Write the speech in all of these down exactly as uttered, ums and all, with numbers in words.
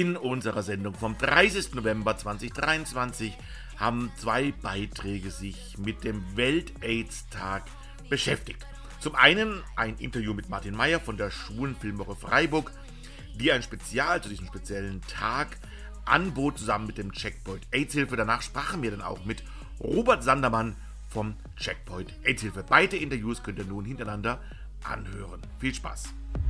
In unserer Sendung vom dreißigsten November zweitausenddreiundzwanzig haben zwei Beiträge sich mit dem Welt-Aids-Tag beschäftigt. Zum einen ein Interview mit Martin Meyer von der Schwulen Filmwoche Freiburg, die ein Spezial zu diesem speziellen Tag anbot, zusammen mit dem Checkpoint AIDS-Hilfe. Danach sprachen wir dann auch mit Robert Sandermann vom Checkpoint AIDS-Hilfe. Beide Interviews könnt ihr nun hintereinander anhören. Viel Spaß!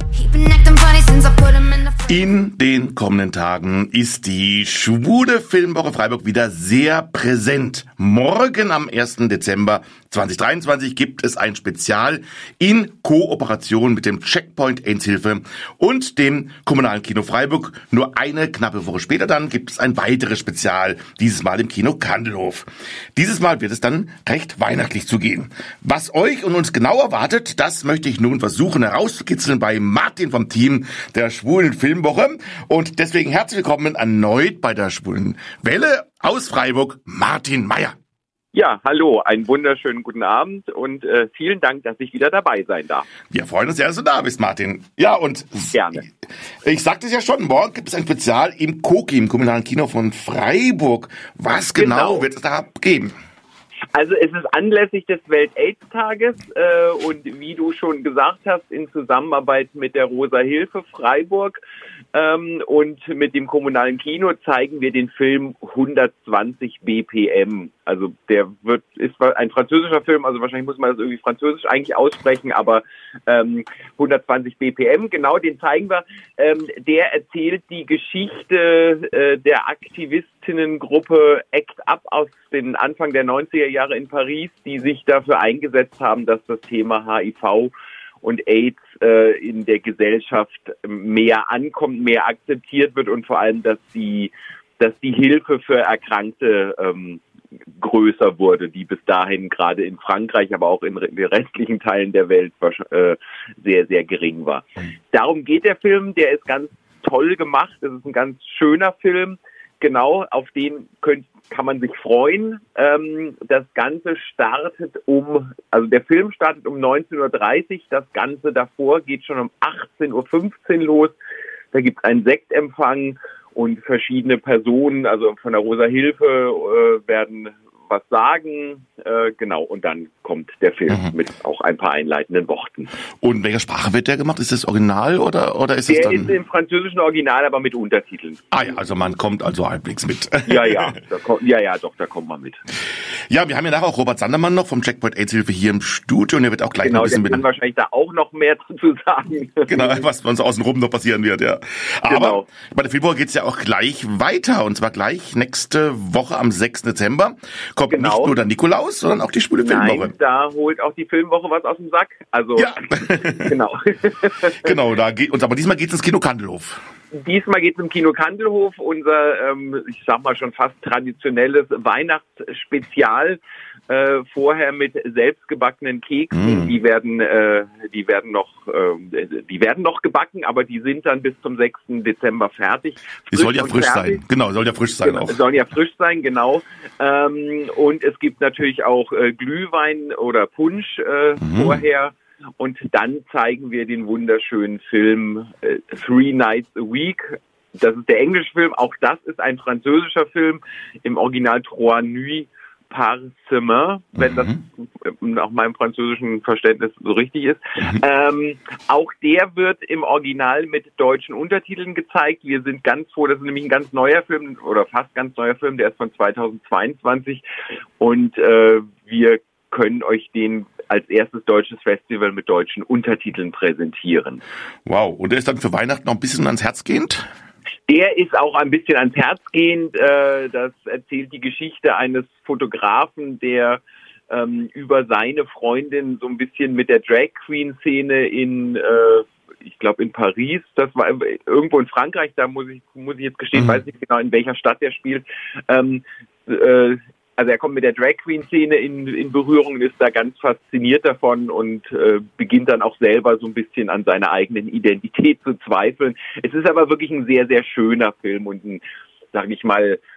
In den kommenden Tagen ist die Schwule Filmwoche Freiburg wieder sehr präsent. Morgen am ersten Dezember zweitausenddreiundzwanzig gibt es ein Spezial in Kooperation mit dem Checkpoint AIDS-Hilfe und dem Kommunalen Kino Freiburg. Nur eine knappe Woche später dann gibt es ein weiteres Spezial, dieses Mal im Kino Kandelhof. Dieses Mal wird es dann recht weihnachtlich zugehen. Was euch und uns genau erwartet, das möchte ich nun versuchen herauszukitzeln bei Martin vom Team der Schwulen Filmwoche. Und deswegen herzlich willkommen erneut bei der Schwulen Welle aus Freiburg, Martin Meyer. Ja, hallo, einen wunderschönen guten Abend und äh, vielen Dank, dass ich wieder dabei sein darf. Wir freuen uns sehr, dass du da bist, Martin. Ja, und gerne. Ich sagte es ja schon, morgen gibt es ein Spezial im Koki, im Kommunalen Kino von Freiburg. Was genau, genau. wird es da geben? Also es ist anlässlich des Welt-Aids-Tages äh, und wie du schon gesagt hast, in Zusammenarbeit mit der Rosa Hilfe Freiburg ähm, und mit dem Kommunalen Kino zeigen wir den Film hundertzwanzig B P M. Also der wird ist ein französischer Film, also wahrscheinlich muss man das irgendwie französisch eigentlich aussprechen, aber ähm, hundertzwanzig B P M, genau, den zeigen wir. Ähm, der erzählt die Geschichte äh, der Aktivistinnengruppe Act Up aus den Anfang der neunziger Jahre in Paris, die sich dafür eingesetzt haben, dass das Thema H I V und AIDS äh, in der Gesellschaft mehr ankommt, mehr akzeptiert wird und vor allem, dass die, dass die Hilfe für Erkrankte ähm, größer wurde, die bis dahin gerade in Frankreich, aber auch in den restlichen Teilen der Welt äh, sehr, sehr gering war. Darum geht der Film, der ist ganz toll gemacht, es ist ein ganz schöner Film, genau, auf den könnt, kann man sich freuen. Ähm, das Ganze startet um, also der Film startet um neunzehn Uhr dreißig, das Ganze davor geht schon um achtzehn Uhr fünfzehn los, da gibt es einen Sektempfang und verschiedene Personen, also von der Rosa Hilfe, äh, werden was sagen, äh, genau, und dann kommt der Film mhm. mit auch ein paar einleitenden Worten. Und in welcher Sprache wird der gemacht? Ist das Original oder, oder ist es dann... Der ist im französischen Original, aber mit Untertiteln. Ah ja, also man kommt also halbwegs mit. Ja, ja, da kommt, ja, ja, doch, da kommt man mit. Ja, wir haben ja nachher auch Robert Sandermann noch vom Checkpoint AIDS-Hilfe hier im Studio und er wird auch gleich genau, ein bisschen... Genau, der kann wahrscheinlich da auch noch mehr dazu sagen. Genau, was uns außenrum noch passieren wird, ja. Aber genau. Bei der Filmwoche geht's ja auch gleich weiter und zwar gleich nächste Woche am sechsten Dezember kommt genau. nicht nur der Nikolaus, sondern auch die Schwule Filmwoche. Nein, da holt auch die Filmwoche was aus dem Sack. Also, ja. genau. Genau, da geht uns, aber diesmal geht's ins Kino Kandelhof. Diesmal geht's im Kino Kandelhof, unser, ähm, ich sag mal schon fast traditionelles Weihnachtsspezial. Äh, vorher mit selbstgebackenen Keksen, mm. die werden, äh, die werden noch, äh, die werden noch gebacken, aber die sind dann bis zum sechsten Dezember fertig. Die soll ja frisch fertig. sein, genau, soll ja frisch sein genau, auch. Sollen ja frisch sein, genau. Ähm, und es gibt natürlich auch äh, Glühwein oder Punsch äh, mm. vorher. Und dann zeigen wir den wunderschönen Film äh, Three Nights a Week. Das ist der englische Film. Auch das ist ein französischer Film. Im Original Trois Nuits par Semaine, wenn mhm. das nach meinem französischen Verständnis so richtig ist. Mhm. Ähm, auch der wird im Original mit deutschen Untertiteln gezeigt. Wir sind ganz froh, das ist nämlich ein ganz neuer Film oder fast ganz neuer Film, der ist von zweitausendzweiundzwanzig und äh, wir können euch den als erstes deutsches Festival mit deutschen Untertiteln präsentieren. Wow, und der ist dann für Weihnachten noch ein bisschen ans Herz gehend? Der ist auch ein bisschen ans Herz gehend. Das erzählt die Geschichte eines Fotografen, der ähm, über seine Freundin so ein bisschen mit der Drag-Queen-Szene in, äh, ich glaube in Paris, das war irgendwo in Frankreich, da muss ich muss ich jetzt gestehen, mhm. weiß nicht genau, in welcher Stadt der spielt, ähm, äh, Also er kommt mit der Drag-Queen-Szene in, in Berührung und ist da ganz fasziniert davon und äh, beginnt dann auch selber so ein bisschen an seiner eigenen Identität zu zweifeln. Es ist aber wirklich ein sehr, sehr schöner Film und ein, sag ich mal,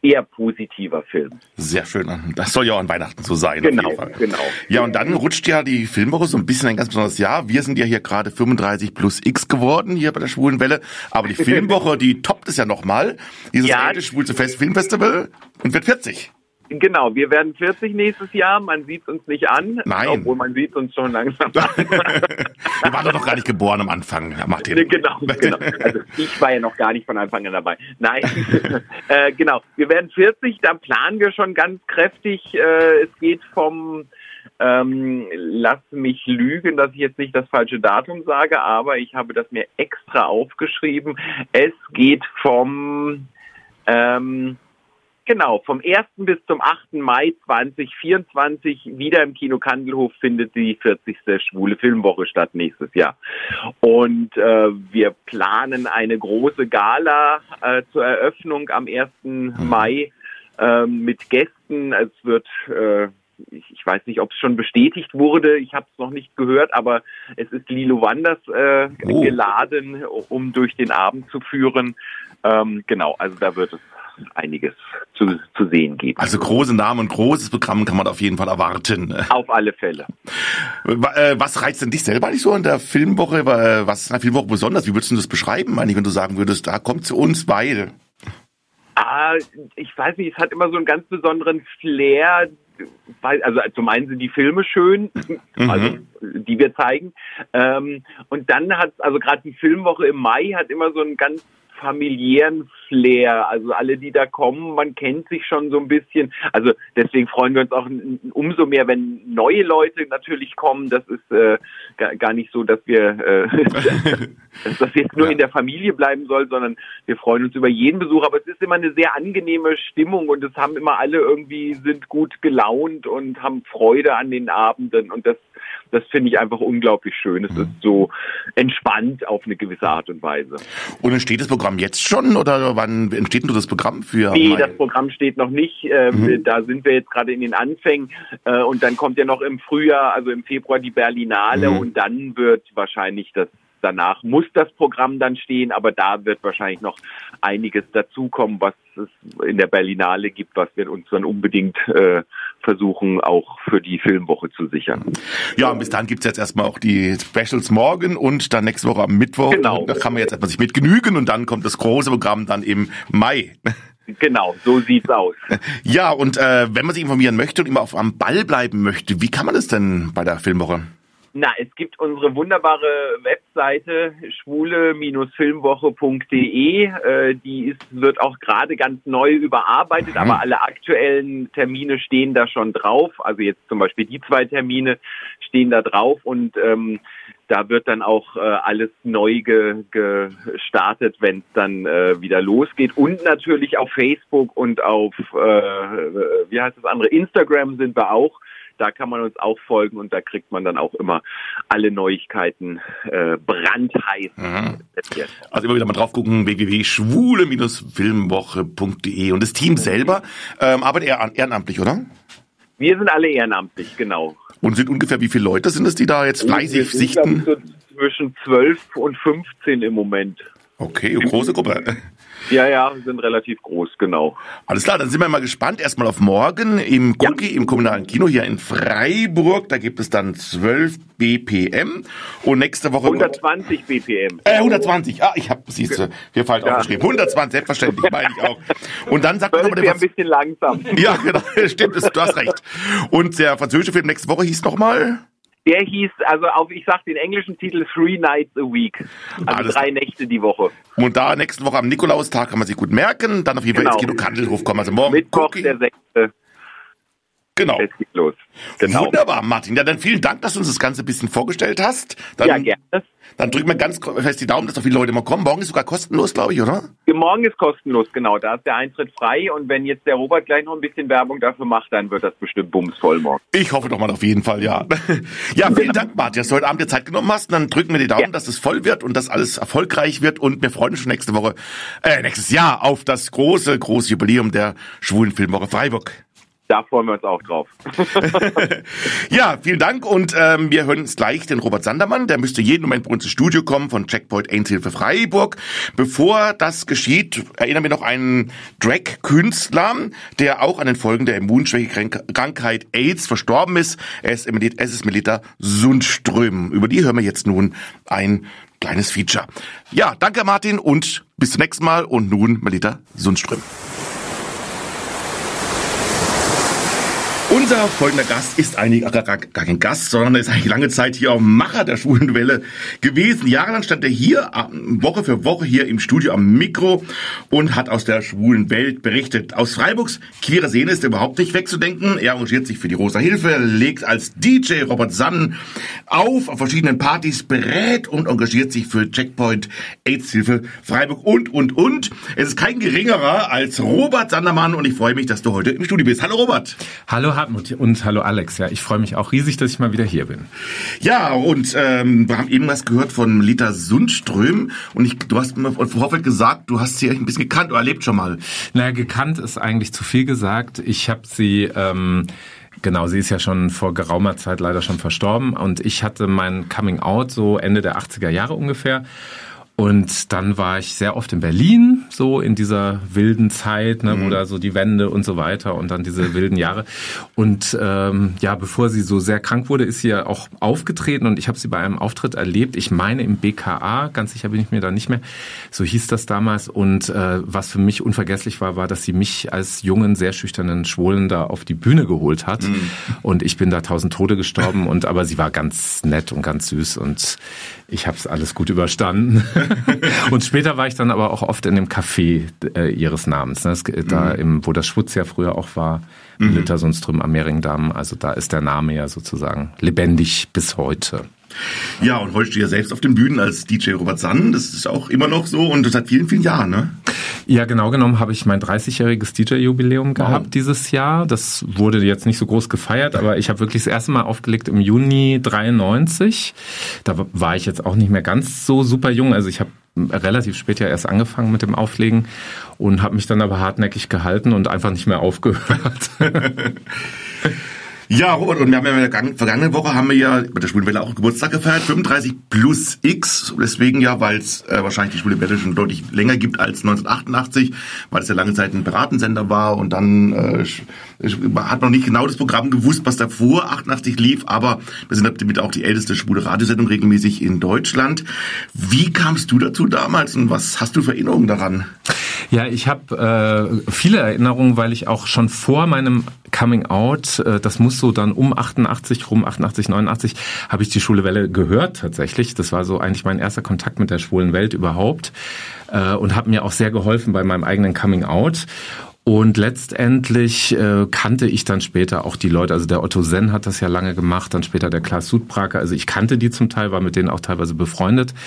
eher positiver Film. Sehr schön. Das soll ja auch an Weihnachten so sein. Genau, auf jeden Fall. genau. Ja, und dann rutscht ja die Filmwoche so ein bisschen ein ganz besonderes Jahr. Wir sind ja hier gerade fünfunddreißig plus X geworden, hier bei der Schwulen Welle. Aber die Filmwoche, die toppt es ja nochmal. Dieses Ja. alte Schwulste Fest Filmfestival und wird vierzig. Genau, wir werden vierzig nächstes Jahr. Man sieht uns nicht an, Nein. obwohl man sieht uns schon langsam an. Wir waren doch noch gar nicht geboren am Anfang, Herr Martin. Genau, genau. Also ich war ja noch gar nicht von Anfang an dabei. Nein, äh, genau. Wir werden vierzig, da planen wir schon ganz kräftig. Äh, es geht vom, ähm, lass mich lügen, dass ich jetzt nicht das falsche Datum sage, aber ich habe das mir extra aufgeschrieben. Es geht vom... Ähm, Genau, vom ersten bis zum achten Mai zweitausendvierundzwanzig wieder im Kino Kandelhof findet die vierzigste Schwule Filmwoche statt nächstes Jahr. Und äh, wir planen eine große Gala äh, zur Eröffnung am ersten Mai äh, mit Gästen. Es wird, äh, ich, ich weiß nicht, ob es schon bestätigt wurde, ich habe es noch nicht gehört, aber es ist Lilo Wanders äh, Oh. geladen, um durch den Abend zu führen. Ähm, genau, also da wird es einiges zu, zu sehen geben. Also große Namen und großes Programm kann man auf jeden Fall erwarten. Auf alle Fälle. Was reizt denn dich selber nicht so in der Filmwoche? Was ist in der Filmwoche besonders? Wie würdest du das beschreiben, eigentlich, wenn du sagen würdest, da kommt zu uns beide? Ah, ich weiß nicht, es hat immer so einen ganz besonderen Flair. Also zum einen sind die Filme schön, also Mhm. die wir zeigen. Ähm, und dann hat, also gerade die Filmwoche im Mai hat immer so einen ganz familiären Flair. Also alle, die da kommen, man kennt sich schon so ein bisschen. Also deswegen freuen wir uns auch umso mehr, wenn neue Leute natürlich kommen. Das ist äh, gar, gar nicht so, dass wir äh, dass das jetzt nur Ja. in der Familie bleiben soll, sondern wir freuen uns über jeden Besuch. Aber es ist immer eine sehr angenehme Stimmung und es haben immer alle irgendwie, sind gut gelaunt und haben Freude an den Abenden und das Das finde ich einfach unglaublich schön. Es ist so entspannt auf eine gewisse Art und Weise. Und entsteht das Programm jetzt schon oder wann entsteht denn das Programm für Nee, Mai? das Programm steht noch nicht. Äh, Mhm. Da sind wir jetzt gerade in den Anfängen. Äh, und dann kommt ja noch im Frühjahr, also im Februar die Berlinale. Mhm. Und dann wird wahrscheinlich das, danach muss das Programm dann stehen. Aber da wird wahrscheinlich noch einiges dazukommen, was es in der Berlinale gibt, was wir uns dann unbedingt äh, versuchen, auch für die Filmwoche zu sichern. Ja, und bis dahin gibt's jetzt erstmal auch die Specials morgen und dann nächste Woche am Mittwoch. Genau. Da kann man jetzt erstmal sich mit genügen und dann kommt das große Programm dann im Mai. Genau, so sieht's aus. Ja, und äh, wenn man sich informieren möchte und immer auf am Ball bleiben möchte, wie kann man das denn bei der Filmwoche? Na, es gibt unsere wunderbare Webseite schwule filmwoche punkt de. Äh, die ist, wird auch gerade ganz neu überarbeitet, Mhm. aber alle aktuellen Termine stehen da schon drauf. Also jetzt zum Beispiel die zwei Termine stehen da drauf und ähm, da wird dann auch äh, alles neu ge, gestartet, wenn es dann äh, wieder losgeht. Und natürlich auf Facebook und auf, äh, wie heißt das andere, Instagram sind wir auch. Da kann man uns auch folgen und da kriegt man dann auch immer alle Neuigkeiten äh, brandheiß. Mhm. serviert. Also immer wieder mal drauf gucken, w w w punkt schwule filmwoche punkt de. Und das Team selber ähm, arbeitet eher ehrenamtlich, oder? Wir sind alle ehrenamtlich, genau. Und sind ungefähr wie viele Leute sind es, die da jetzt fleißig Wir sind, glaub ich, sichten? so zwischen zwölf und fünfzehn im Moment. Okay, große Gruppe. Ja, ja, sind relativ groß, genau. Alles klar, dann sind wir mal gespannt. Erstmal auf morgen im Ja. Cookie, im kommunalen Kino hier in Freiburg. Da gibt es dann zwölf B P M. Und nächste Woche... hundertzwanzig B P M. Äh, hundertzwanzig. Ah, ich habe, siehst du, hier falsch Ja. aufgeschrieben. hundertzwanzig, selbstverständlich, meine ich auch. Und dann sagt man Das aber wäre der ein bisschen langsam. Ja, genau, stimmt, du hast recht. Und der französische Film nächste Woche hieß nochmal... Der hieß, also auf, ich sag den englischen Titel Three Nights a Week. Also Alles drei Nächte die Woche. Und da nächste Woche am Nikolaustag kann man sich gut merken. Dann auf jeden Fall Genau. ins Kino Kandelhof kommen. Also morgen Mittwoch, Cookie. der sechste. Genau. Es geht los. Genau. Wunderbar, Martin. Ja, dann vielen Dank, dass du uns das Ganze ein bisschen vorgestellt hast. Dann, Ja, gerne. Dann drücken wir ganz fest die Daumen, dass so viele Leute mal kommen. Morgen ist sogar kostenlos, glaube ich, oder? Morgen ist kostenlos, genau. Da ist der Eintritt frei. Und wenn jetzt der Robert gleich noch ein bisschen Werbung dafür macht, dann wird das bestimmt bumsvoll morgen. Ich hoffe doch mal auf jeden Fall, ja. Ja, vielen Dank, Martin, dass du heute Abend dir Zeit genommen hast. Und dann drücken wir die Daumen, Ja. dass es voll wird und dass alles erfolgreich wird. Und wir freuen uns schon nächste Woche, äh, nächstes Jahr auf das große, große Jubiläum der Schwulen Filmwoche Freiburg. Da freuen wir uns auch drauf. Ja, vielen Dank und ähm, wir hören uns gleich den Robert Sandermann. Der müsste jeden Moment bei uns ins Studio kommen von Checkpoint Aids-Hilfe Freiburg. Bevor das geschieht, erinnern wir noch einen Drag-Künstler, der auch an den Folgen der Immunschwächekrankheit AIDS verstorben ist. Er ist, es ist Melita Sundström. Über die hören wir jetzt nun ein kleines Feature. Ja, danke Martin und bis zum nächsten Mal und nun Melita Sundström. Unser folgender Gast ist eigentlich gar, gar, gar kein Gast, sondern er ist eigentlich lange Zeit hier auch Macher der Schwulenwelle gewesen. Jahrelang stand er hier, Woche für Woche hier im Studio am Mikro und hat aus der schwulen Welt berichtet. Aus Freiburgs queere Szene ist er überhaupt nicht wegzudenken. Er engagiert sich für die Rosa Hilfe, legt als D J Robert Sann auf, auf verschiedenen Partys, berät und engagiert sich für Checkpoint AIDS-Hilfe Freiburg und, und, und. Es ist kein geringerer als Robert Sandermann und ich freue mich, dass du heute im Studio bist. Hallo Robert. Hallo Hartmut und hallo Alex. Ja, ich freue mich auch riesig, dass ich mal wieder hier bin. Ja, und ähm, wir haben eben was gehört von Melita Sundström und ich, du hast mir im Vorfeld gesagt, du hast sie ein bisschen gekannt oder erlebt schon mal. Naja, gekannt ist eigentlich zu viel gesagt. Ich habe sie... Ähm Genau, sie ist ja schon vor geraumer Zeit leider schon verstorben und ich hatte mein Coming Out so Ende der achtziger Jahre ungefähr. Und dann war ich sehr oft in Berlin, so in dieser wilden Zeit, ne, mhm. wo da so die Wende und so weiter und dann diese wilden Jahre. Und ähm, ja, bevor sie so sehr krank wurde, ist sie ja auch aufgetreten und ich habe sie bei einem Auftritt erlebt. Ich meine im B K A, ganz sicher bin ich mir da nicht mehr. So hieß das damals. Und äh, was für mich unvergesslich war, war, dass sie mich als jungen, sehr schüchternen Schwulen da auf die Bühne geholt hat. Mhm. Und ich bin da tausend Tode gestorben. Und aber sie war ganz nett und ganz süß und ich habe es alles gut überstanden. Und später war ich dann aber auch oft in dem Café äh, ihres Namens, ne? Das, da mhm. im, wo das Schwutz ja früher auch war, mhm. Melita Sundström am Mehringdamm. Also da ist der Name ja sozusagen lebendig bis heute. Ja, und heute steht ja selbst auf den Bühnen als D J Robert Sann. Das ist auch immer noch so und seit vielen, vielen Jahren, ne? Ja, genau genommen habe ich mein dreißigjähriges D J-Jubiläum gehabt wow. dieses Jahr. Das wurde jetzt nicht so groß gefeiert, aber ich habe wirklich das erste Mal aufgelegt im Juni dreiundneunzig. Da war ich jetzt auch nicht mehr ganz so super jung. Also ich habe relativ spät ja erst angefangen mit dem Auflegen und habe mich dann aber hartnäckig gehalten und einfach nicht mehr aufgehört. Ja, Robert, und wir haben ja in der vergangenen Woche haben wir ja bei der Schwulenwelle auch Geburtstag gefeiert, fünfunddreißig plus X, deswegen ja, weil es äh, wahrscheinlich die Schwulenwelle schon deutlich länger gibt als neunzehnhundertachtundachtzig, weil es ja lange Zeit ein Piratensender war und dann äh, hat man nicht genau das Programm gewusst, was davor achtundachtzig lief, aber wir sind damit auch die älteste schwule Radiosendung regelmäßig in Deutschland. Wie kamst du dazu damals und was hast du für Erinnerungen daran? Ja, ich habe äh, viele Erinnerungen, weil ich auch schon vor meinem Coming Out, äh, das muss so dann um achtundachtzig rum, achtundachtzig, neunundachtzig, habe ich die Schwule Welle gehört tatsächlich. Das war so eigentlich mein erster Kontakt mit der schwulen Welt überhaupt äh, und hat mir auch sehr geholfen bei meinem eigenen Coming Out. Und letztendlich äh, kannte ich dann später auch die Leute, also der Otto Senn hat das ja lange gemacht, dann später der Klaas Sudbraker, also ich kannte die zum Teil, war mit denen auch teilweise befreundet.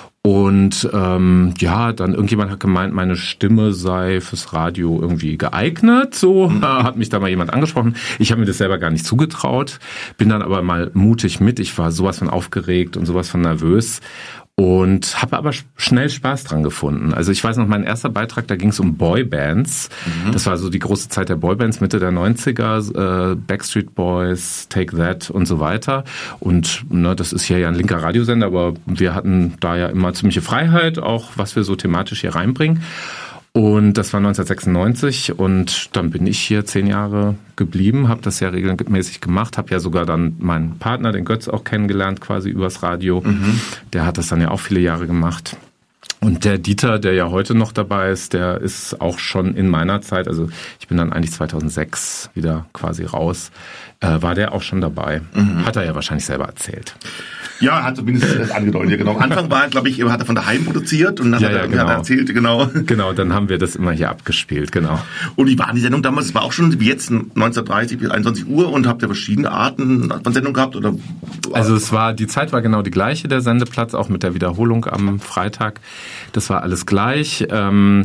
Und ähm, ja, dann irgendjemand hat gemeint, meine Stimme sei fürs Radio irgendwie geeignet. So mhm. hat mich da mal jemand angesprochen. Ich habe mir das selber gar nicht zugetraut, bin dann aber mal mutig mit. Ich war sowas von aufgeregt und sowas von nervös. Und habe aber schnell Spaß dran gefunden. Also ich weiß noch, mein erster Beitrag, da ging es um Boybands. Mhm. Das war so die große Zeit der Boybands, Mitte der neunziger, äh, Backstreet Boys, Take That und so weiter. Und ne, das ist hier ja ein linker Radiosender, aber wir hatten da ja immer ziemliche Freiheit, auch was wir so thematisch hier reinbringen. Und das war neunzehnhundertsechsundneunzig und dann bin ich hier zehn Jahre geblieben, habe das ja regelmäßig gemacht, habe ja sogar dann meinen Partner, den Götz, auch kennengelernt quasi übers Radio. Mhm. Der hat das dann ja auch viele Jahre gemacht. Und der Dieter, der ja heute noch dabei ist, der ist auch schon in meiner Zeit, also ich bin dann eigentlich zweitausendsechs wieder quasi raus, äh, war der auch schon dabei. Mhm. Hat er ja wahrscheinlich selber erzählt. Ja, hat zumindest angedeutet, genau. Am Anfang war, glaube ich, hat er von daheim produziert und dann ja, hat, er, ja, genau. hat er erzählt, genau. Genau, dann haben wir das immer hier abgespielt, genau. Und wie war die Sendung damals? Es war auch schon wie jetzt neunzehnhundertdreißig bis einundzwanzig Uhr und habt ihr verschiedene Arten von Sendung gehabt? Oder? Also es war, die Zeit war genau die gleiche, der Sendeplatz, auch mit der Wiederholung am Freitag. Das war alles gleich. Ähm,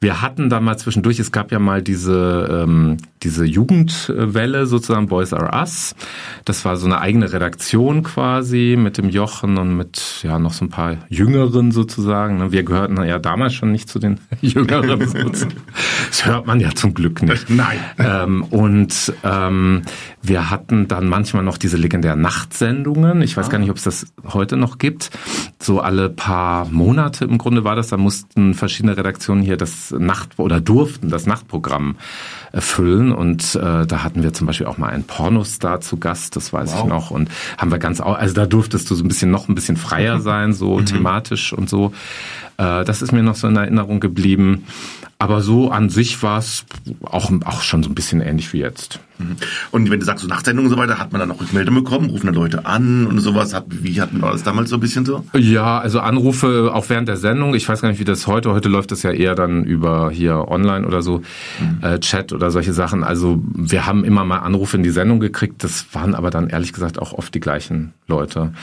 Wir hatten da mal zwischendurch, es gab ja mal diese ähm, diese Jugendwelle sozusagen, Boys Are Us. Das war so eine eigene Redaktion quasi mit dem Jochen und mit ja noch so ein paar Jüngeren sozusagen. Wir gehörten ja damals schon nicht zu den Jüngeren sozusagen. Das hört man ja zum Glück nicht. Nein. Ähm, und ähm, wir hatten dann manchmal noch diese legendären Nachtsendungen. Ich weiß gar nicht, ob es das heute noch gibt. So alle paar Monate im Grunde war das. Da mussten verschiedene Redaktionen hier das Nacht- oder durften das Nachtprogramm erfüllen. Und äh, da hatten wir zum Beispiel auch mal einen Pornostar zu Gast, das weiß wow. ich noch. Und haben wir ganz, also da durftest du so ein bisschen noch ein bisschen freier sein, so mhm. thematisch und so. Äh, das ist mir noch so in Erinnerung geblieben. Aber so an sich war es auch, auch schon so ein bisschen ähnlich wie jetzt. Und wenn du sagst, so Nachtsendungen und so weiter, hat man dann auch Rückmeldungen bekommen? Rufen dann Leute an und sowas? Wie hatten wir das damals so ein bisschen so? Ja, also Anrufe auch während der Sendung. Ich weiß gar nicht, wie das heute, heute läuft das ja eher dann über hier online oder so, mhm. äh, Chat oder solche Sachen. Also wir haben immer mal Anrufe in die Sendung gekriegt. Das waren aber dann ehrlich gesagt auch oft die gleichen Leute.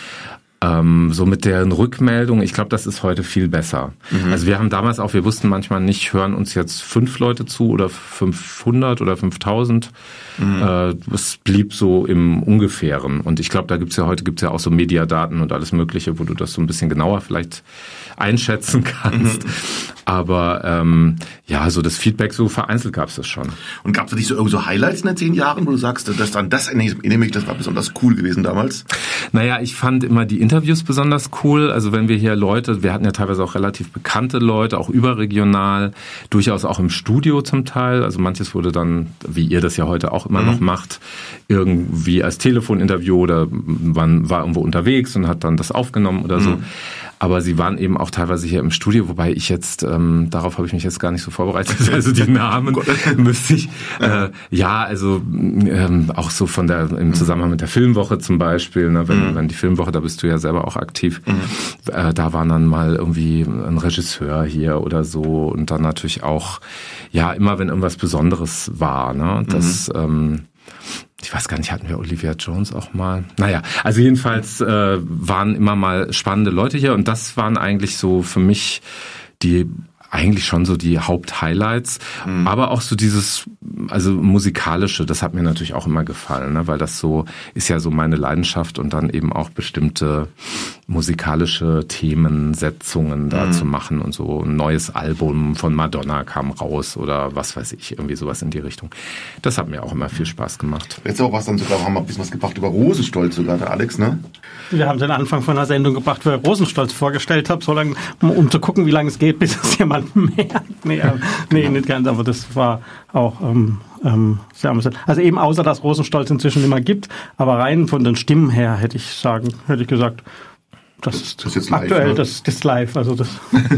Ähm, so mit deren Rückmeldung, ich glaube, das ist heute viel besser. Mhm. Also wir haben damals auch, wir wussten manchmal nicht, hören uns jetzt fünf Leute zu oder fünfhundert oder fünftausend. Mhm. Äh, es blieb so im Ungefähren. Und ich glaube, da gibt's ja heute gibt's ja auch so Mediadaten und alles Mögliche, wo du das so ein bisschen genauer vielleicht einschätzen kannst. Mhm. Aber ähm, ja, so das Feedback, so vereinzelt gab's das schon. Und gab's für dich so irgendwie so Highlights in den zehn Jahren, wo du sagst, das dann das nehme ich, das war besonders cool gewesen damals? Naja, ich fand immer die Interviews besonders cool. Also wenn wir hier Leute, wir hatten ja teilweise auch relativ bekannte Leute, auch überregional, durchaus auch im Studio zum Teil. Also manches wurde dann, wie ihr das ja heute auch immer mhm. noch macht, irgendwie als Telefoninterview oder man war irgendwo unterwegs und hat dann das aufgenommen oder so. Mhm. Aber sie waren eben auch teilweise hier im Studio, wobei ich jetzt, ähm, darauf habe ich mich jetzt gar nicht so vorbereitet, also die Namen müsste ich, äh, ja, also ähm, auch so von der, im Zusammenhang mit der Filmwoche zum Beispiel, ne, wenn, mhm. wenn die Filmwoche, da bist du ja selber auch aktiv, mhm. äh, da war dann mal irgendwie ein Regisseur hier oder so und dann natürlich auch, ja, immer wenn irgendwas Besonderes war, ne, das, mhm. ähm, ich weiß gar nicht, hatten wir Olivia Jones auch mal? Naja, also jedenfalls äh, waren immer mal spannende Leute hier und das waren eigentlich so für mich die eigentlich schon so die Haupthighlights, mhm. aber auch so dieses, also musikalische, das hat mir natürlich auch immer gefallen, ne? Weil das so ist ja so meine Leidenschaft und dann eben auch bestimmte musikalische Themensetzungen da mhm. zu machen und so. Ein neues Album von Madonna kam raus oder was weiß ich, irgendwie sowas in die Richtung. Das hat mir auch immer viel Spaß gemacht. Jetzt auch was dann sogar, haben wir ein bisschen was gebracht über Rosenstolz sogar, der Alex, ne? Wir haben den Anfang von einer Sendung gebracht, wo ich Rosenstolz vorgestellt habe, so lange, um zu gucken, wie lange es geht, bis es jemand merkt. Nee, äh, nee, nicht ganz, aber das war auch ähm, ähm, sehr amüsant. Also eben außer, dass Rosenstolz inzwischen immer gibt, aber rein von den Stimmen her hätte ich sagen, hätte ich gesagt, das ist, das ist jetzt aktuell, live, ne? das, das ist live. Also das.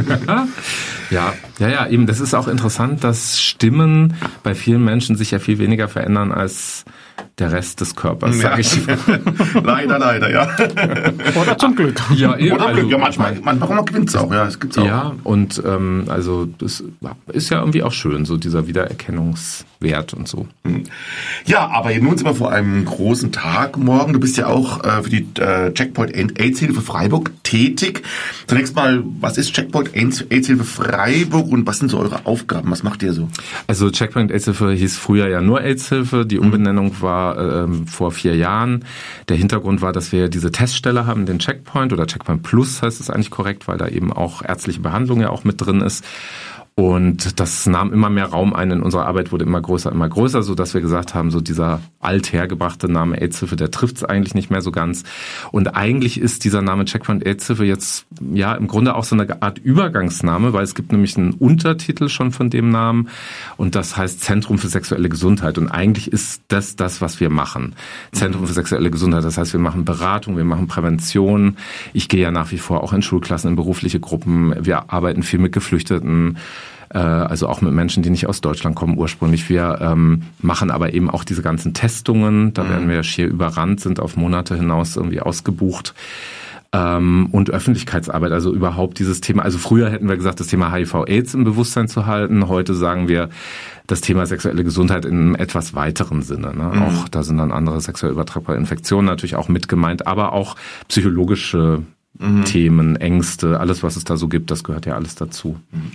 ja, ja, ja, eben. Das ist auch interessant, dass Stimmen bei vielen Menschen sich ja viel weniger verändern als der Rest des Körpers, ja. sage ich. Leider, leider, ja. Oder zum Glück. Ja, eben, Oder also, Glück. Ja, manchmal, manchmal gewinnt es auch. Ja, es gibt's auch. Ja, und ähm, also das ist ja irgendwie auch schön, so dieser Wiedererkennungswert und so. Ja, aber nun sind wir vor einem großen Tag morgen. Du bist ja auch äh, für die äh, Checkpoint AIDS-Hilfe Freiburg tätig. Zunächst mal, was ist Checkpoint AIDS-Hilfe Freiburg und was sind so eure Aufgaben? Was macht ihr so? Also Checkpoint AIDS-Hilfe hieß früher ja nur AIDS-Hilfe. Die Umbenennung war ähm, vor vier Jahren. Der Hintergrund war, dass wir diese Teststelle haben, den Checkpoint oder Checkpoint Plus heißt es eigentlich korrekt, weil da eben auch ärztliche Behandlung ja auch mit drin ist. Und das nahm immer mehr Raum ein in unserer Arbeit, wurde immer größer, immer größer, so dass wir gesagt haben, so dieser althergebrachte Name AIDS-Hilfe, der trifft es eigentlich nicht mehr so ganz. Und eigentlich ist dieser Name Checkpoint AIDS-Hilfe jetzt ja im Grunde auch so eine Art Übergangsname, weil es gibt nämlich einen Untertitel schon von dem Namen und das heißt Zentrum für sexuelle Gesundheit. Und eigentlich ist das das, was wir machen. Zentrum für sexuelle Gesundheit, das heißt, wir machen Beratung, wir machen Prävention. Ich gehe ja nach wie vor auch in Schulklassen, in berufliche Gruppen. Wir arbeiten viel mit Geflüchteten, also auch mit Menschen, die nicht aus Deutschland kommen ursprünglich. Wir ähm, machen aber eben auch diese ganzen Testungen. Da werden wir ja schier überrannt, sind auf Monate hinaus irgendwie ausgebucht. Ähm, und Öffentlichkeitsarbeit, also überhaupt dieses Thema. Also früher hätten wir gesagt, das Thema H I V AIDS im Bewusstsein zu halten. Heute sagen wir das Thema sexuelle Gesundheit in einem etwas weiteren Sinne. Ne? Mhm. Auch da sind dann andere sexuell übertragbare Infektionen natürlich auch mit gemeint, aber auch psychologische mhm. Themen, Ängste, alles, was es da so gibt, das gehört ja alles dazu.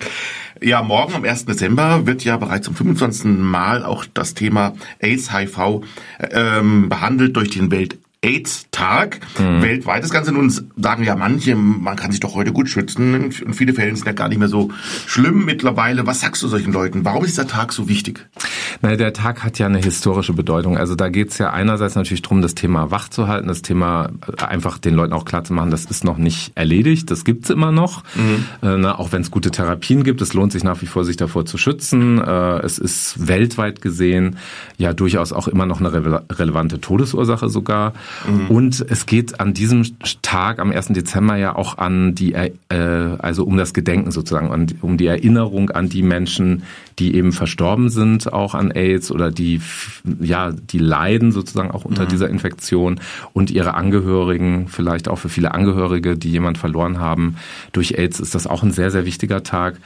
Ja, morgen am ersten Dezember wird ja bereits zum fünfundzwanzigsten Mal auch das Thema AIDS, H I V ähm, behandelt durch den Welt AIDS-Tag. Mhm. Weltweit das Ganze. Nun sagen ja manche, man kann sich doch heute gut schützen und viele Fälle sind ja gar nicht mehr so schlimm mittlerweile. Was sagst du solchen Leuten? Warum ist der Tag so wichtig? Na, der Tag hat ja eine historische Bedeutung. Also da geht es ja einerseits natürlich darum, das Thema wach zu halten, das Thema einfach den Leuten auch klar zu machen, das ist noch nicht erledigt, das gibt's immer noch. Mhm. Äh, na, auch wenn es gute Therapien gibt, es lohnt sich nach wie vor, sich davor zu schützen. Äh, es ist weltweit gesehen ja durchaus auch immer noch eine re- relevante Todesursache sogar. Mhm. Und es geht an diesem Tag, am ersten Dezember ja auch an die, äh, also um das Gedenken sozusagen, an, um die Erinnerung an die Menschen, die eben verstorben sind, auch an AIDS oder die, ja, die leiden sozusagen auch unter mhm. dieser Infektion und ihre Angehörigen, vielleicht auch für viele Angehörige, die jemand verloren haben durch AIDS, ist das auch ein sehr, sehr wichtiger Tag.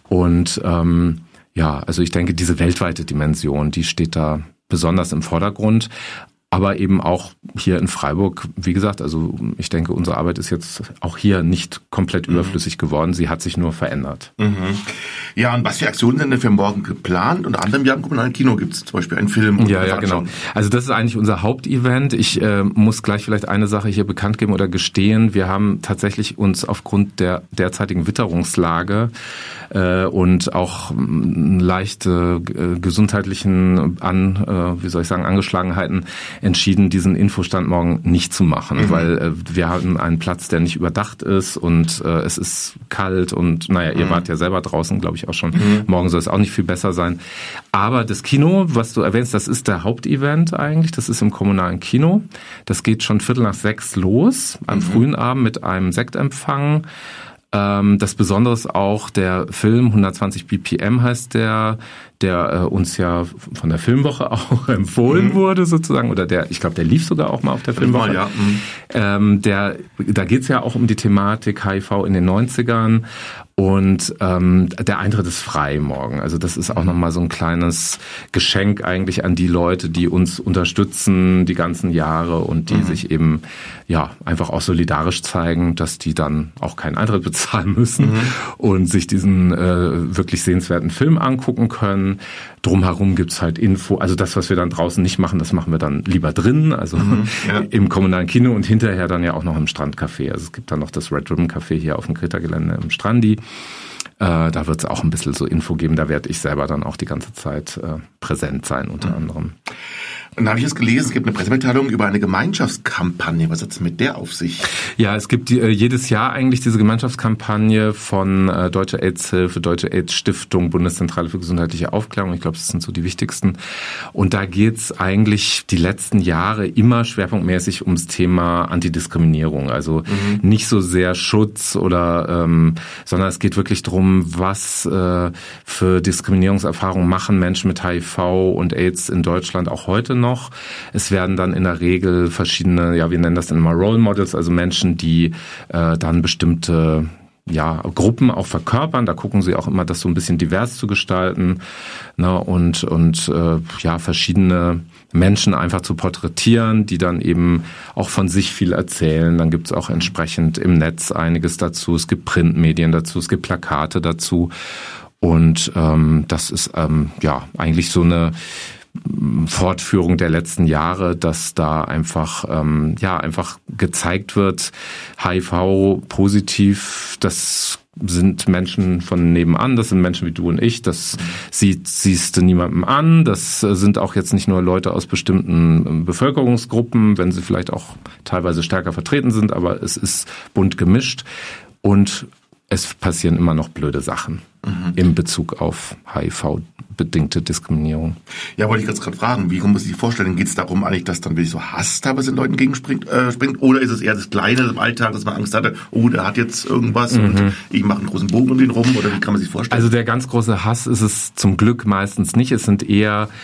Und ähm, ja, also ich denke, diese weltweite Dimension, die steht da besonders im Vordergrund. Aber eben auch hier in Freiburg, wie gesagt, also ich denke, unsere Arbeit ist jetzt auch hier nicht komplett mhm. überflüssig geworden. Sie hat sich nur verändert. Mhm. Ja, und was für Aktionen sind denn für morgen geplant? Unter anderem ja im kommunalen Kino gibt es zum Beispiel einen Film. Ja, ja, genau. Also das ist eigentlich unser Hauptevent. Ich äh, muss gleich vielleicht eine Sache hier bekannt geben oder gestehen. Wir haben tatsächlich uns aufgrund der derzeitigen Witterungslage äh, und auch äh, leichte äh, gesundheitlichen an, äh, wie soll ich sagen, Angeschlagenheiten entschieden, diesen Infostand morgen nicht zu machen, mhm. weil äh, wir haben einen Platz, der nicht überdacht ist und äh, es ist kalt und naja, ihr mhm. wart ja selber draußen, glaube ich auch schon. Mhm. Morgen soll es auch nicht viel besser sein. Aber das Kino, was du erwähnst, das ist der Hauptevent eigentlich. Das ist im kommunalen Kino. Das geht schon Viertel nach sechs los am mhm. frühen Abend mit einem Sektempfang. Das Besondere ist auch der Film, hundertzwanzig B P M heißt der, der äh, uns ja von der Filmwoche auch empfohlen mhm. wurde sozusagen, oder der, ich glaube, der lief sogar auch mal auf der Filmwoche. Mal, ja. mhm. ähm, der, da geht's ja auch um die Thematik H I V in den neunzigern und ähm, der Eintritt ist frei morgen. Also das ist auch nochmal so ein kleines Geschenk eigentlich an die Leute, die uns unterstützen die ganzen Jahre und die mhm. sich eben ja einfach auch solidarisch zeigen, dass die dann auch keinen Eintritt bezahlen müssen mhm. und sich diesen äh, wirklich sehenswerten Film angucken können. Drumherum gibt's halt Info, also das, was wir dann draußen nicht machen, das machen wir dann lieber drin, also mhm, ja. im kommunalen Kino und hinterher dann ja auch noch im Strandcafé. Also es gibt dann noch das Red Ribbon Café hier auf dem Kreta-Gelände im Strandi. Äh, da wird's auch ein bisschen so Info geben, da werde ich selber dann auch die ganze Zeit äh, präsent sein unter mhm. anderem. Und da habe ich es gelesen, es gibt eine Pressemitteilung über eine Gemeinschaftskampagne. Was hat es mit der auf sich? Ja, es gibt die, äh, jedes Jahr eigentlich diese Gemeinschaftskampagne von äh, Deutsche AIDS-Hilfe, Deutsche AIDS-Stiftung, Bundeszentrale für gesundheitliche Aufklärung. Ich glaube, das sind so die wichtigsten. Und da geht's eigentlich die letzten Jahre immer schwerpunktmäßig ums Thema Antidiskriminierung. Also mhm. nicht so sehr Schutz oder, ähm, sondern es geht wirklich darum, was äh, für Diskriminierungserfahrungen machen Menschen mit H I V und AIDS in Deutschland auch heute noch. Es werden dann in der Regel verschiedene, ja, wir nennen das dann immer Role Models, also Menschen, die äh, dann bestimmte ja, Gruppen auch verkörpern. Da gucken sie auch immer, das so ein bisschen divers zu gestalten, ne, und und äh, ja, verschiedene Menschen einfach zu porträtieren, die dann eben auch von sich viel erzählen. Dann gibt es auch entsprechend im Netz einiges dazu. Es gibt Printmedien dazu, es gibt Plakate dazu. Und ähm, das ist ähm, ja eigentlich so eine Fortführung der letzten Jahre, dass da einfach ähm, ja einfach gezeigt wird, H I V positiv, das sind Menschen von nebenan, das sind Menschen wie du und ich, das sieht, siehst du niemandem an, das sind auch jetzt nicht nur Leute aus bestimmten Bevölkerungsgruppen, wenn sie vielleicht auch teilweise stärker vertreten sind, aber es ist bunt gemischt und es passieren immer noch blöde Sachen mhm. in Bezug auf H I V-bedingte Diskriminierung. Ja, wollte ich jetzt gerade fragen, wie kann man sich vorstellen, geht es darum eigentlich, dass dann wirklich so Hass teilweise den Leuten entgegenspringt, äh, springt, oder ist es eher das Kleine im Alltag, dass man Angst hatte, oh, der hat jetzt irgendwas mhm. und ich mache einen großen Bogen um den rum, oder wie kann man sich vorstellen? Also der ganz große Hass ist es zum Glück meistens nicht, es sind eher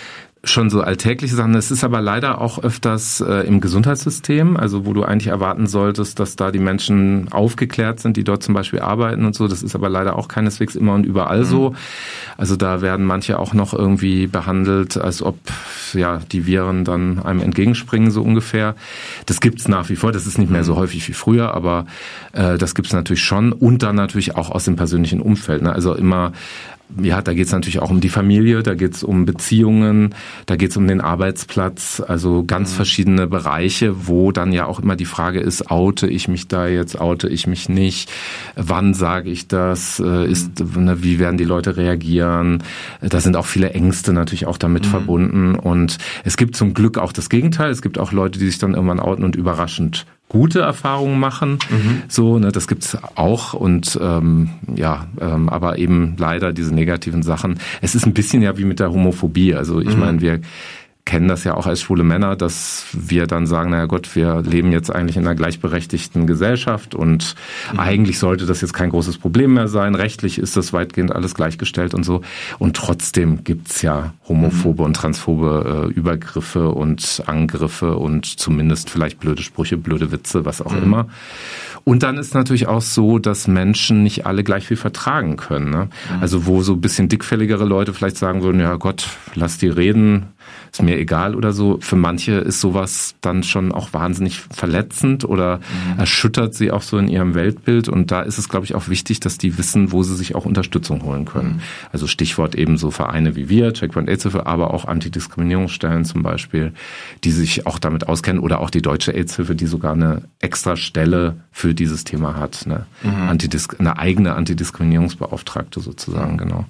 schon so alltägliche Sachen. Es ist aber leider auch öfters äh, im Gesundheitssystem, also wo du eigentlich erwarten solltest, dass da die Menschen aufgeklärt sind, die dort zum Beispiel arbeiten und so. Das ist aber leider auch keineswegs immer und überall mhm. so. Also da werden manche auch noch irgendwie behandelt, als ob ja die Viren dann einem entgegenspringen, so ungefähr. Das gibt's nach wie vor. Das ist nicht mehr so häufig wie früher, aber äh, das gibt's natürlich schon. Und dann natürlich auch aus dem persönlichen Umfeld. Ne? Also immer Ja, da geht's natürlich auch um die Familie, da geht's um Beziehungen, da geht's um den Arbeitsplatz, also ganz mhm. verschiedene Bereiche, wo dann ja auch immer die Frage ist, oute ich mich da jetzt, oute ich mich nicht, wann sage ich das, mhm. ist, ne, wie werden die Leute reagieren, da sind auch viele Ängste natürlich auch damit mhm. verbunden und es gibt zum Glück auch das Gegenteil, es gibt auch Leute, die sich dann irgendwann outen und überraschend gute Erfahrungen machen, mhm. so, ne, das gibt's auch und ähm, ja, ähm, aber eben leider diese negativen Sachen. Es ist ein bisschen ja wie mit der Homophobie. Also ich mhm. meine, wir kennen das ja auch als schwule Männer, dass wir dann sagen, naja Gott, wir leben jetzt eigentlich in einer gleichberechtigten Gesellschaft und mhm. eigentlich sollte das jetzt kein großes Problem mehr sein. Rechtlich ist das weitgehend alles gleichgestellt und so. Und trotzdem gibt's ja homophobe mhm. und transphobe äh, Übergriffe und Angriffe und zumindest vielleicht blöde Sprüche, blöde Witze, was auch mhm. immer. Und dann ist natürlich auch so, dass Menschen nicht alle gleich viel vertragen können. Ne? Mhm. Also wo so ein bisschen dickfälligere Leute vielleicht sagen würden, ja Gott, lass die reden, ist mir egal oder so. Für manche ist sowas dann schon auch wahnsinnig verletzend oder mhm. erschüttert sie auch so in ihrem Weltbild. Und da ist es, glaube ich, auch wichtig, dass die wissen, wo sie sich auch Unterstützung holen können. Mhm. Also Stichwort eben so Vereine wie wir, Checkpoint AIDS-Hilfe, aber auch Antidiskriminierungsstellen zum Beispiel, die sich auch damit auskennen oder auch die Deutsche AIDS-Hilfe, die sogar eine extra Stelle für dieses Thema hat. Eine, mhm. Antidis- eine eigene Antidiskriminierungsbeauftragte sozusagen, genau.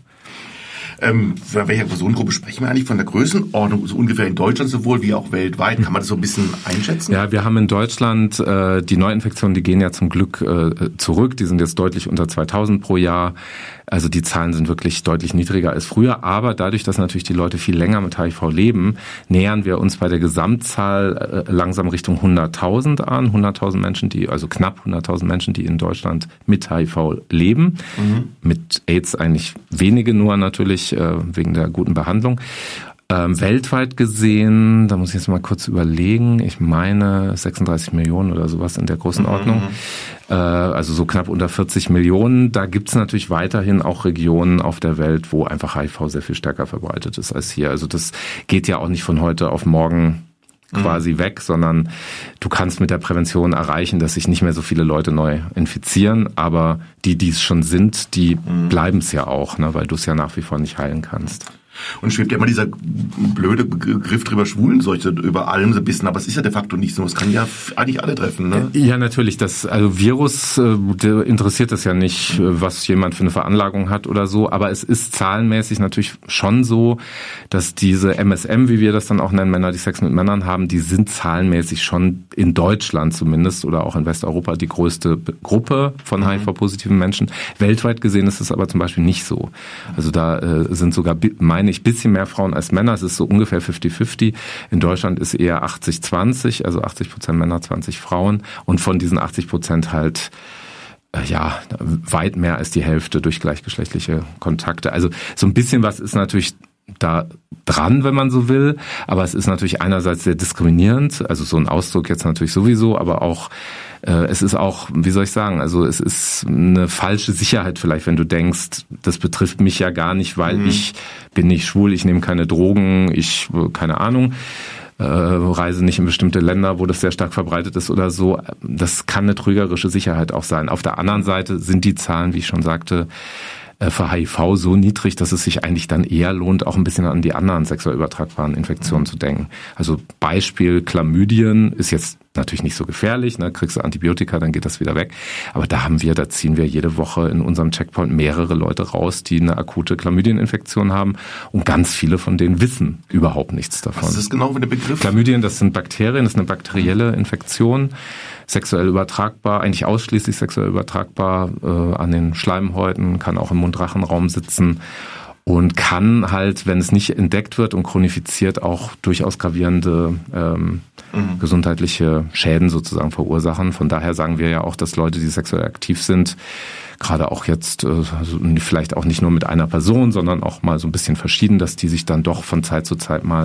Ähm, von welcher Personengruppe sprechen wir eigentlich? Von der Größenordnung, so ungefähr in Deutschland sowohl wie auch weltweit? Kann man das so ein bisschen einschätzen? Ja, wir haben in Deutschland äh, die Neuinfektionen, die gehen ja zum Glück äh, zurück. Die sind jetzt deutlich unter zweitausend pro Jahr. Also die Zahlen sind wirklich deutlich niedriger als früher. Aber dadurch, dass natürlich die Leute viel länger mit H I V leben, nähern wir uns bei der Gesamtzahl äh, langsam Richtung hunderttausend an. hunderttausend Menschen, die, also knapp hunderttausend Menschen, die in Deutschland mit H I V leben. Mhm. Mit AIDS eigentlich wenige nur natürlich, äh, wegen der guten Behandlung. Ähm, weltweit gesehen, da muss ich jetzt mal kurz überlegen, ich meine sechsunddreißig Millionen oder sowas in der Größenordnung, mhm. äh, also so knapp unter vierzig Millionen. Da gibt's natürlich weiterhin auch Regionen auf der Welt, wo einfach H I V sehr viel stärker verbreitet ist als hier. Also das geht ja auch nicht von heute auf morgen quasi mhm. weg, sondern du kannst mit der Prävention erreichen, dass sich nicht mehr so viele Leute neu infizieren, aber die, die es schon sind, die mhm. bleiben es ja auch, ne, weil du es ja nach wie vor nicht heilen kannst. Und schwebt ja immer dieser blöde Begriff drüber, Schwulenseuche über allem so ein bisschen, aber es ist ja de facto nicht so. Es kann ja eigentlich alle treffen, ne? Ja, natürlich. Das, also Virus, der interessiert das ja nicht, was jemand für eine Veranlagung hat oder so, aber es ist zahlenmäßig natürlich schon so, dass diese M S M, wie wir das dann auch nennen, Männer, die Sex mit Männern haben, die sind zahlenmäßig schon in Deutschland zumindest oder auch in Westeuropa die größte Gruppe von mhm. H I V-positiven Menschen. Weltweit gesehen ist es aber zum Beispiel nicht so. Also da äh, sind sogar meine ich bisschen mehr Frauen als Männer. Es ist so ungefähr fifty fifty. In Deutschland ist eher achtzig zwanzig, also achtzig Prozent Männer, zwanzig Frauen. Und von diesen achtzig Prozent halt äh, ja weit mehr als die Hälfte durch gleichgeschlechtliche Kontakte. Also so ein bisschen was ist natürlich da dran, wenn man so will. Aber es ist natürlich einerseits sehr diskriminierend. Also so ein Ausdruck jetzt natürlich sowieso, aber auch es ist auch, wie soll ich sagen, also es ist eine falsche Sicherheit vielleicht, wenn du denkst, das betrifft mich ja gar nicht, weil mhm. ich bin nicht schwul, ich nehme keine Drogen, ich, keine Ahnung, äh, reise nicht in bestimmte Länder, wo das sehr stark verbreitet ist oder so. Das kann eine trügerische Sicherheit auch sein. Auf der anderen Seite sind die Zahlen, wie ich schon sagte, für H I V so niedrig, dass es sich eigentlich dann eher lohnt, auch ein bisschen an die anderen sexuell übertragbaren Infektionen mhm. zu denken. Also Beispiel Chlamydien ist jetzt natürlich nicht so gefährlich, ne? Kriegst du Antibiotika, dann geht das wieder weg. Aber da haben wir, da ziehen wir jede Woche in unserem Checkpoint mehrere Leute raus, die eine akute Chlamydieninfektion haben und ganz viele von denen wissen überhaupt nichts davon. Was ist genau für der Begriff? Chlamydien, das sind Bakterien, das ist eine bakterielle Infektion, sexuell übertragbar, eigentlich ausschließlich sexuell übertragbar äh, an den Schleimhäuten, kann auch im Mund-Rachen-Raum sitzen und kann halt, wenn es nicht entdeckt wird und chronifiziert, auch durchaus gravierende ähm, mhm. gesundheitliche Schäden sozusagen verursachen. Von daher sagen wir ja auch, dass Leute, die sexuell aktiv sind, gerade auch jetzt, also vielleicht auch nicht nur mit einer Person, sondern auch mal so ein bisschen verschieden, dass die sich dann doch von Zeit zu Zeit mal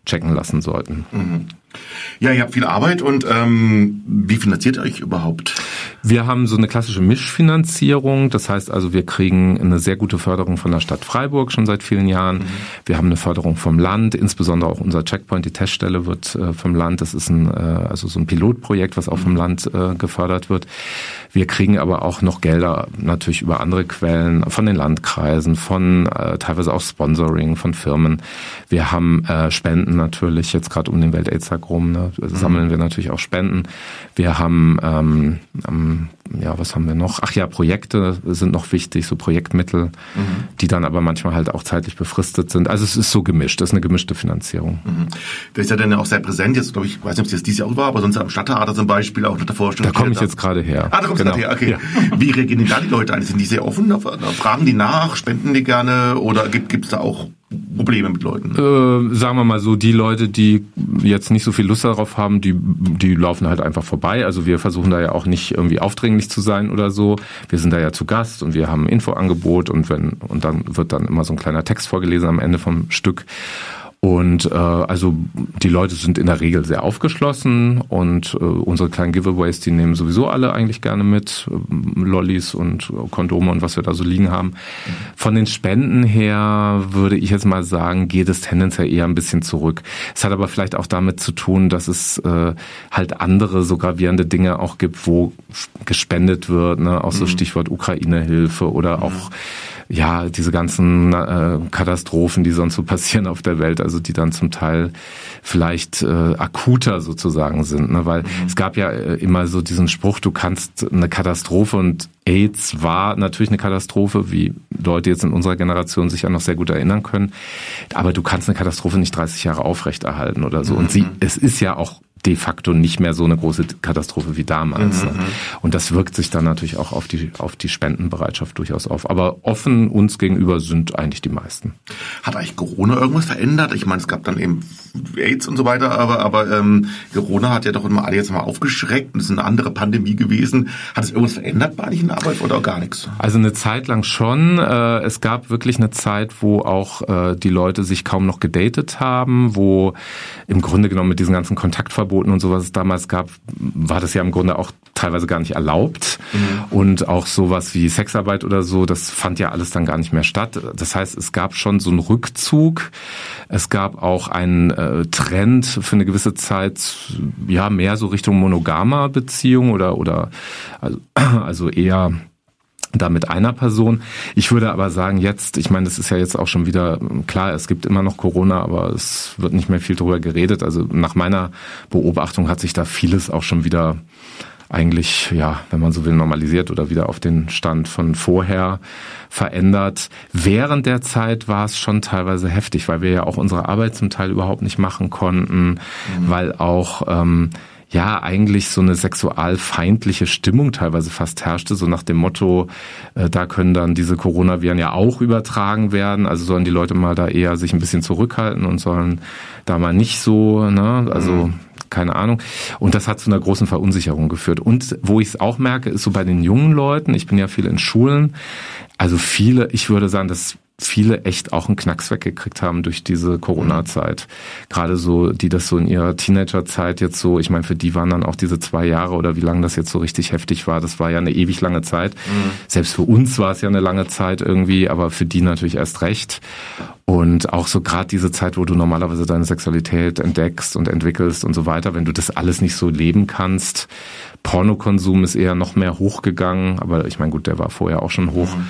checken lassen sollten. Mhm. Ja, ihr habt viel Arbeit und ähm, wie finanziert ihr euch überhaupt? Wir haben so eine klassische Mischfinanzierung. Das heißt also, wir kriegen eine sehr gute Förderung von der Stadt Freiburg schon seit vielen Jahren. Mhm. Wir haben eine Förderung vom Land, insbesondere auch unser Checkpoint, die Teststelle wird äh, vom Land. Das ist ein äh, also so ein Pilotprojekt, was auch vom Land äh, gefördert wird. Wir kriegen aber auch noch Gelder natürlich über andere Quellen, von den Landkreisen, von äh, teilweise auch Sponsoring von Firmen. Wir haben äh, Spenden natürlich, jetzt gerade um den Welt-AIDS-Tag rum, ne, sammeln mhm. wir natürlich auch Spenden. Wir haben, ähm, ähm, ja, was haben wir noch? Ach ja, Projekte sind noch wichtig, so Projektmittel, mhm. die dann aber manchmal halt auch zeitlich befristet sind. Also es ist so gemischt, es ist eine gemischte Finanzierung. Mhm. Das ist ja dann auch sehr präsent, jetzt glaube ich, ich weiß nicht, ob es jetzt dieses Jahr auch war, aber sonst am Stadttheater zum Beispiel auch nach der Vorstellung. Da komme ich jetzt gerade her. Ah, da kommst du genau. gerade her, okay. Ja. Wie reagieren da die Leute eigentlich? Sind die sehr offen? Fragen die nach? Spenden die gerne? Oder gibt es da auch Probleme mit Leuten? Äh, sagen wir mal so, die Leute, die jetzt nicht so viel Lust darauf haben, die die laufen halt einfach vorbei. Also wir versuchen da ja auch nicht irgendwie aufdringlich zu sein oder so. Wir sind da ja zu Gast und wir haben ein Infoangebot und wenn und dann wird dann immer so ein kleiner Text vorgelesen am Ende vom Stück. Und äh, also die Leute sind in der Regel sehr aufgeschlossen und äh, unsere kleinen Giveaways, die nehmen sowieso alle eigentlich gerne mit, äh, Lollis und Kondome und was wir da so liegen haben. Mhm. Von den Spenden her würde ich jetzt mal sagen, geht es tendenziell eher ein bisschen zurück. Es hat aber vielleicht auch damit zu tun, dass es äh, halt andere so gravierende Dinge auch gibt, wo gespendet wird, ne? Auch so mhm. Stichwort Ukraine-Hilfe oder mhm. auch ja, diese ganzen äh, Katastrophen, die sonst so passieren auf der Welt, also die dann zum Teil vielleicht äh, akuter sozusagen sind, ne? Weil mhm. es gab ja äh, immer so diesen Spruch, du kannst eine Katastrophe, und AIDS war natürlich eine Katastrophe, wie Leute jetzt in unserer Generation sich ja noch sehr gut erinnern können, aber du kannst eine Katastrophe nicht dreißig Jahre aufrechterhalten oder so. Mhm. Und sie, es ist ja auch de facto nicht mehr so eine große Katastrophe wie damals. Mhm. Und das wirkt sich dann natürlich auch auf die auf die Spendenbereitschaft durchaus auf. Aber offen uns gegenüber sind eigentlich die meisten. Hat eigentlich Corona irgendwas verändert? Ich meine, es gab dann eben AIDS und so weiter, aber aber ähm, Corona hat ja doch immer alle jetzt mal aufgeschreckt und es ist eine andere Pandemie gewesen. Hat es irgendwas verändert bei euch in der Arbeit oder gar nichts? Also eine Zeit lang schon. Äh, es gab wirklich eine Zeit, wo auch äh, die Leute sich kaum noch gedatet haben, wo im Grunde genommen mit diesen ganzen Kontaktverboten und so, was es damals gab, war das ja im Grunde auch teilweise gar nicht erlaubt. Mhm. Und auch sowas wie Sexarbeit oder so, das fand ja alles dann gar nicht mehr statt. Das heißt, es gab schon so einen Rückzug. Es gab auch einen äh, Trend für eine gewisse Zeit, ja, mehr so Richtung monogamer Beziehung oder, oder also, also eher da mit einer Person. Ich würde aber sagen, jetzt, ich meine, das ist ja jetzt auch schon wieder klar, es gibt immer noch Corona, aber es wird nicht mehr viel drüber geredet. Also nach meiner Beobachtung hat sich da vieles auch schon wieder eigentlich, ja, wenn man so will, normalisiert oder wieder auf den Stand von vorher verändert. Während der Zeit war es schon teilweise heftig, weil wir ja auch unsere Arbeit zum Teil überhaupt nicht machen konnten, mhm. weil auch ähm, ja eigentlich so eine sexualfeindliche Stimmung teilweise fast herrschte, so nach dem Motto, äh, da können dann diese Coronaviren ja auch übertragen werden, also sollen die Leute mal da eher sich ein bisschen zurückhalten und sollen da mal nicht so, ne, also mhm. keine Ahnung. Und das hat zu einer großen Verunsicherung geführt. Und wo ich es auch merke, ist so bei den jungen Leuten, ich bin ja viel in Schulen, also viele, ich würde sagen, dass viele echt auch einen Knacks weggekriegt haben durch diese Corona-Zeit. Gerade so, die das so in ihrer Teenager-Zeit jetzt so, ich meine, für die waren dann auch diese zwei Jahre oder wie lange das jetzt so richtig heftig war, das war ja eine ewig lange Zeit. Mhm. Selbst für uns war es ja eine lange Zeit irgendwie, aber für die natürlich erst recht. Und auch so gerade diese Zeit, wo du normalerweise deine Sexualität entdeckst und entwickelst und so weiter, wenn du das alles nicht so leben kannst. Pornokonsum ist eher noch mehr hochgegangen, aber ich meine, gut, der war vorher auch schon hoch. Mhm.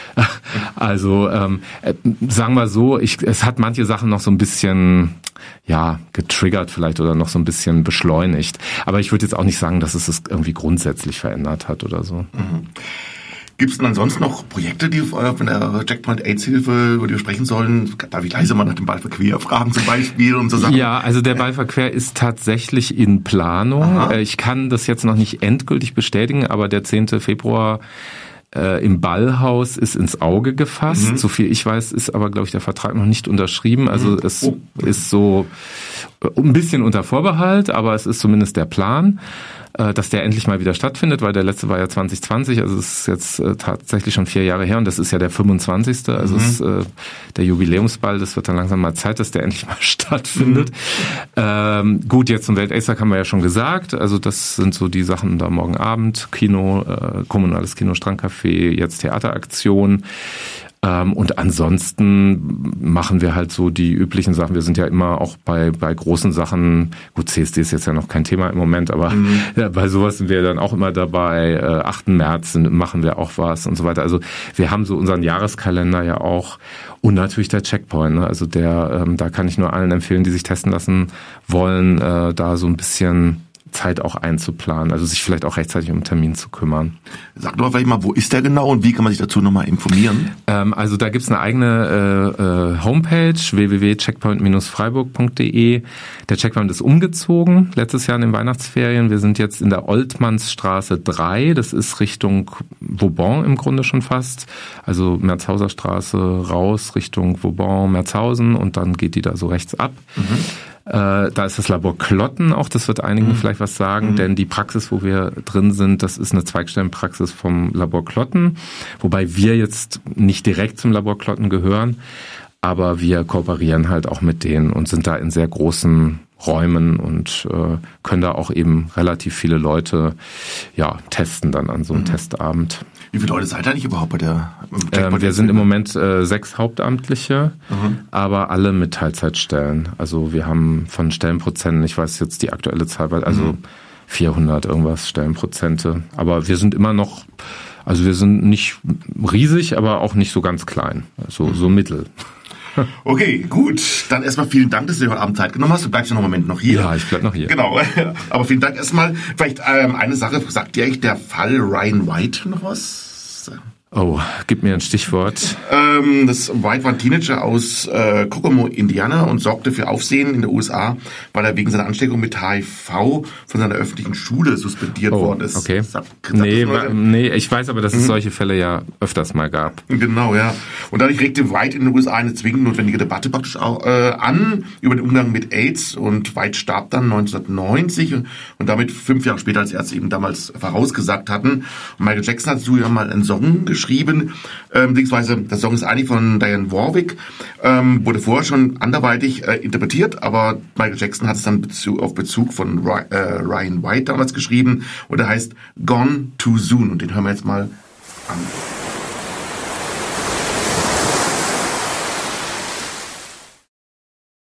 Also ähm, sagen wir so, ich, es hat manche Sachen noch so ein bisschen ja getriggert vielleicht oder noch so ein bisschen beschleunigt. Aber ich würde jetzt auch nicht sagen, dass es es irgendwie grundsätzlich verändert hat oder so. Mhm. Gibt es denn ansonsten noch Projekte, die von der Checkpoint AIDS-Hilfe, über die wir sprechen sollen? Darf ich leise mal nach dem Ballverquer fragen zum Beispiel und so Sachen? Ja, also der Ballverquer ist tatsächlich in Planung. Aha. Ich kann das jetzt noch nicht endgültig bestätigen, aber der zehnte Februar Äh, im Ballhaus ist ins Auge gefasst. Mhm. So viel ich weiß, ist aber, glaube ich, der Vertrag noch nicht unterschrieben. Also mhm. es oh. ist so ein bisschen unter Vorbehalt, aber es ist zumindest der Plan. äh, dass der endlich mal wieder stattfindet, weil der letzte war ja zwanzig zwanzig, also es ist jetzt äh, tatsächlich schon vier Jahre her und das ist ja der fünfundzwanzigste Also mhm. es ist äh, der Jubiläumsball, das wird dann langsam mal Zeit, dass der endlich mal stattfindet. Mhm. Ähm, gut, jetzt zum Welt-AIDS-Tag haben wir ja schon gesagt, also das sind so die Sachen da morgen Abend, Kino, äh, kommunales Kino, Strandcafé, jetzt Theateraktion. Und ansonsten machen wir halt so die üblichen Sachen. Wir sind ja immer auch bei bei großen Sachen, gut, C S D ist jetzt ja noch kein Thema im Moment, aber mhm. ja, bei sowas sind wir dann auch immer dabei. achten März machen wir auch was und so weiter. Also wir haben so unseren Jahreskalender ja auch. Und natürlich der Checkpoint, ne? Also der, ähm, da kann ich nur allen empfehlen, die sich testen lassen wollen, äh, da so ein bisschen Zeit auch einzuplanen, also sich vielleicht auch rechtzeitig um einen Termin zu kümmern. Sag doch vielleicht mal, wo ist der genau und wie kann man sich dazu nochmal informieren? Ähm, also da gibt's eine eigene äh, äh, Homepage, w w w punkt checkpoint Bindestrich freiburg punkt d e. Der Checkpoint ist umgezogen, letztes Jahr in den Weihnachtsferien. Wir sind jetzt in der Oltmannsstraße drei, das ist Richtung Vauban im Grunde schon fast. Also Merzhauser Straße raus Richtung Vauban, Merzhausen und dann geht die da so rechts ab. Mhm. Äh, da ist das Labor Klotten auch, das wird einigen mhm. vielleicht was sagen, mhm. denn die Praxis, wo wir drin sind, das ist eine Zweigstellenpraxis vom Labor Klotten, wobei wir jetzt nicht direkt zum Labor Klotten gehören, aber wir kooperieren halt auch mit denen und sind da in sehr großen Räumen und äh, können da auch eben relativ viele Leute ja testen dann an so einem mhm. Testabend. Wie viele Leute seid ihr eigentlich überhaupt bei der ähm, Wir sind im Moment äh, sechs Hauptamtliche, mhm. aber alle mit Teilzeitstellen. Also wir haben von Stellenprozenten, ich weiß jetzt die aktuelle Zahl, also mhm. vierhundert irgendwas Stellenprozente. Aber wir sind immer noch, also wir sind nicht riesig, aber auch nicht so ganz klein, so, so mittel. Okay, gut. Dann erstmal vielen Dank, dass du dir heute Abend Zeit genommen hast. Du bleibst ja noch einen Moment noch hier. Ja, ich bleib noch hier. Genau. Aber vielen Dank erstmal. Vielleicht ähm, eine Sache, sagt dir eigentlich der Fall Ryan White noch was? Oh, gib mir ein Stichwort. Ähm, das White war ein Teenager aus äh, Kokomo, Indiana und sorgte für Aufsehen in den U S A, weil er wegen seiner Ansteckung mit H I V von seiner öffentlichen Schule suspendiert oh, worden ist. Okay. Sagt, sagt nee, wa- nee, ich weiß aber, dass es mhm. solche Fälle ja öfters mal gab. Genau, ja. Und dadurch regte White in den U S A eine zwingend notwendige Debatte praktisch auch, äh, an über den Umgang mit AIDS und White starb dann neunzehnhundertneunzig und, und damit fünf Jahre später, als Ärzte eben damals vorausgesagt hatten. Und Michael Jackson hat dazu ja mal einen Song geschrieben, ähm, beziehungsweise der Song ist eigentlich von Diane Warwick, ähm, wurde vorher schon anderweitig äh, interpretiert, aber Michael Jackson hat es dann Bezug, auf Bezug von Ry- äh, Ryan White damals geschrieben und der heißt Gone Too Soon und den hören wir jetzt mal an.